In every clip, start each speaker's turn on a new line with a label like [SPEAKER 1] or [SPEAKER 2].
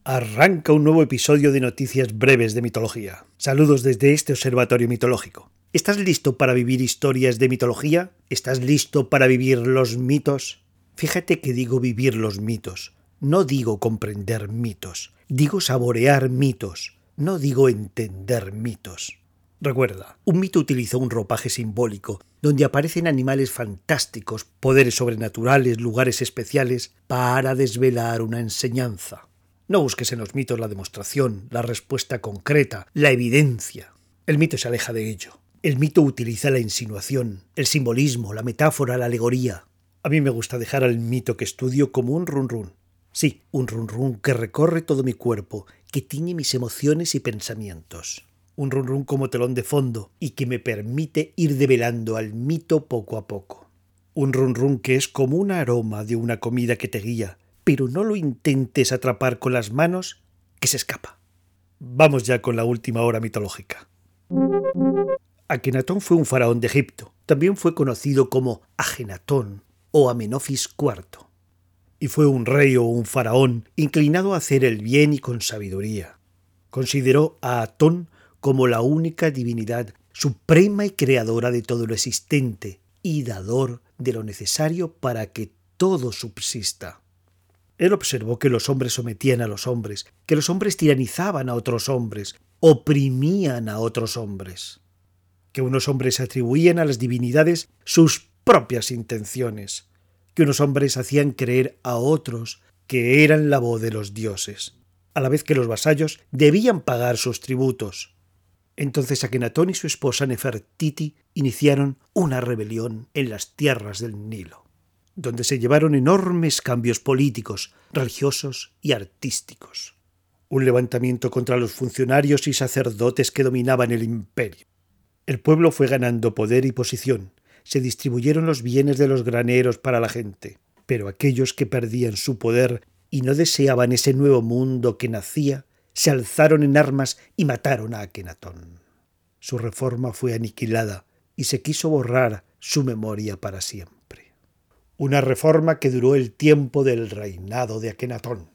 [SPEAKER 1] Arranca un nuevo episodio de Noticias Breves de Mitología. Saludos desde este observatorio mitológico. ¿Estás listo para vivir historias de mitología? ¿Estás listo para vivir los mitos? Fíjate que digo vivir los mitos. No digo comprender mitos. Digo saborear mitos. No digo entender mitos. Recuerda, un mito utiliza un ropaje simbólico donde aparecen animales fantásticos, poderes sobrenaturales, lugares especiales para desvelar una enseñanza. No busques en los mitos la demostración, la respuesta concreta, la evidencia. El mito se aleja de ello. El mito utiliza la insinuación, el simbolismo, la metáfora, la alegoría. A mí me gusta dejar al mito que estudio como un run run. Sí, un run run que recorre todo mi cuerpo, que tiñe mis emociones y pensamientos. Un run run como telón de fondo y que me permite ir develando al mito poco a poco. Un run run que es como un aroma de una comida que te guía, pero no lo intentes atrapar con las manos, que se escapa. Vamos ya con la última hora mitológica. Akenatón fue un faraón de Egipto. También fue conocido como Ajenatón o Amenofis IV. Y fue un rey o un faraón inclinado a hacer el bien y con sabiduría. Consideró a Atón como la única divinidad suprema y creadora de todo lo existente y dador de lo necesario para que todo subsista. Él observó que los hombres sometían a los hombres, que los hombres tiranizaban a otros hombres, oprimían a otros hombres, que unos hombres atribuían a las divinidades sus propias intenciones, que unos hombres hacían creer a otros que eran la voz de los dioses, a la vez que los vasallos debían pagar sus tributos. Entonces Akenatón y su esposa Nefertiti iniciaron una rebelión en las tierras del Nilo, donde se llevaron enormes cambios políticos, religiosos y artísticos. Un levantamiento contra los funcionarios y sacerdotes que dominaban el imperio. El pueblo fue ganando poder y posición. Se distribuyeron los bienes de los graneros para la gente, pero aquellos que perdían su poder y no deseaban ese nuevo mundo que nacía, se alzaron en armas y mataron a Akenatón. Su reforma fue aniquilada y se quiso borrar su memoria para siempre. Una reforma que duró el tiempo del reinado de Akenatón.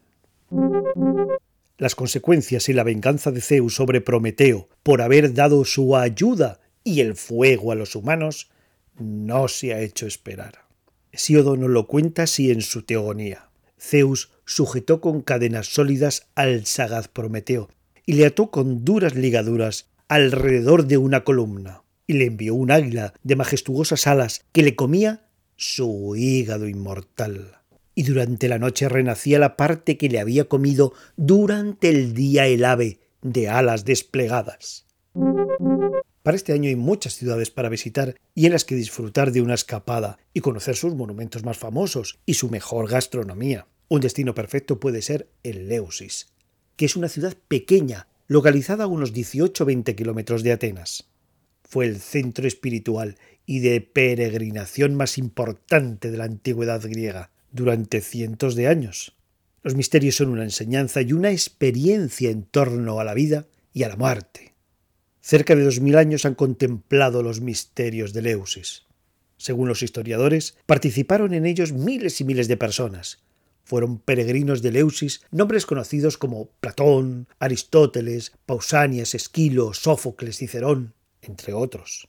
[SPEAKER 1] Las consecuencias y la venganza de Zeus sobre Prometeo por haber dado su ayuda y el fuego a los humanos no se ha hecho esperar. Hesíodo nos lo cuenta así en su Teogonía. Zeus sujetó con cadenas sólidas al sagaz Prometeo y le ató con duras ligaduras alrededor de una columna y le envió un águila de majestuosas alas que le comía su hígado inmortal. Y durante la noche renacía la parte que le había comido durante el día el ave de alas desplegadas. Para este año hay muchas ciudades para visitar y en las que disfrutar de una escapada y conocer sus monumentos más famosos y su mejor gastronomía. Un destino perfecto puede ser Eleusis, que es una ciudad pequeña, localizada a unos 18-20 kilómetros de Atenas. Fue el centro espiritual y de peregrinación más importante de la antigüedad griega durante cientos de años. Los misterios son una enseñanza y una experiencia en torno a la vida y a la muerte. Cerca de 2000 años han contemplado los misterios de Eleusis. Según los historiadores, participaron en ellos miles y miles de personas. Fueron peregrinos de Eleusis nombres conocidos como Platón, Aristóteles, Pausanias, Esquilo, Sófocles, Cicerón, entre otros.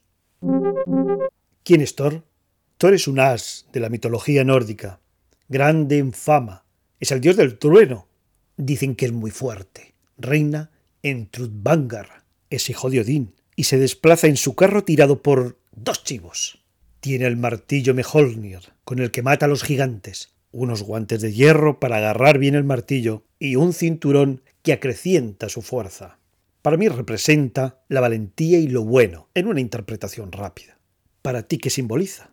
[SPEAKER 1] ¿Quién es Thor? Thor es un as de la mitología nórdica, grande en fama, es el dios del trueno. Dicen que es muy fuerte. Reina en Trudvangar, es hijo de Odín, y se desplaza en su carro tirado por 2 chivos. Tiene el martillo Mjolnir, con el que mata a los gigantes, unos guantes de hierro para agarrar bien el martillo y un cinturón que acrecienta su fuerza. Para mí representa la valentía y lo bueno, en una interpretación rápida. ¿Para ti qué simboliza?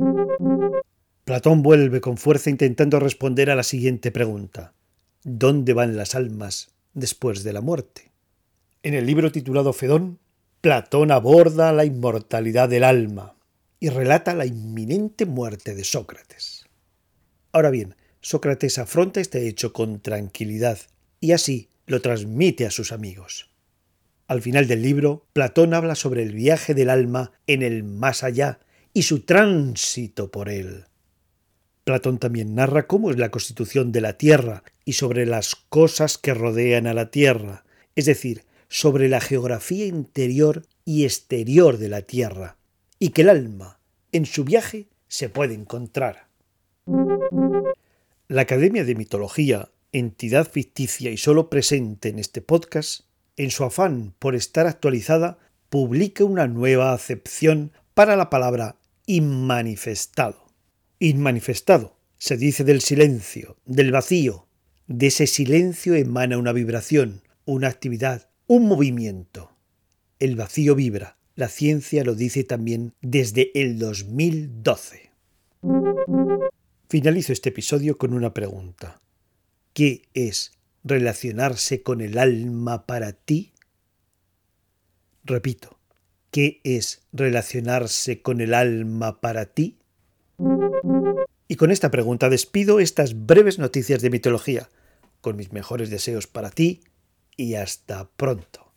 [SPEAKER 1] Platón vuelve con fuerza intentando responder a la siguiente pregunta. ¿Dónde van las almas después de la muerte? En el libro titulado Fedón, Platón aborda la inmortalidad del alma y relata la inminente muerte de Sócrates. Ahora bien, Sócrates afronta este hecho con tranquilidad y así lo transmite a sus amigos. Al final del libro, Platón habla sobre el viaje del alma en el más allá y su tránsito por él. Platón también narra cómo es la constitución de la Tierra y sobre las cosas que rodean a la Tierra, es decir, sobre la geografía interior y exterior de la Tierra, y que el alma, en su viaje, se puede encontrar. La Academia de Mitología, entidad ficticia y solo presente en este podcast, en su afán por estar actualizada, publica una nueva acepción para la palabra inmanifestado. Inmanifestado se dice del silencio, del vacío. De ese silencio emana una vibración, una actividad, un movimiento. El vacío vibra. La ciencia lo dice también desde el 2012. Finalizo este episodio con una pregunta. ¿Qué es relacionarse con el alma para ti? Repito, ¿qué es relacionarse con el alma para ti? Y con esta pregunta despido estas breves noticias de mitología, con mis mejores deseos para ti y hasta pronto.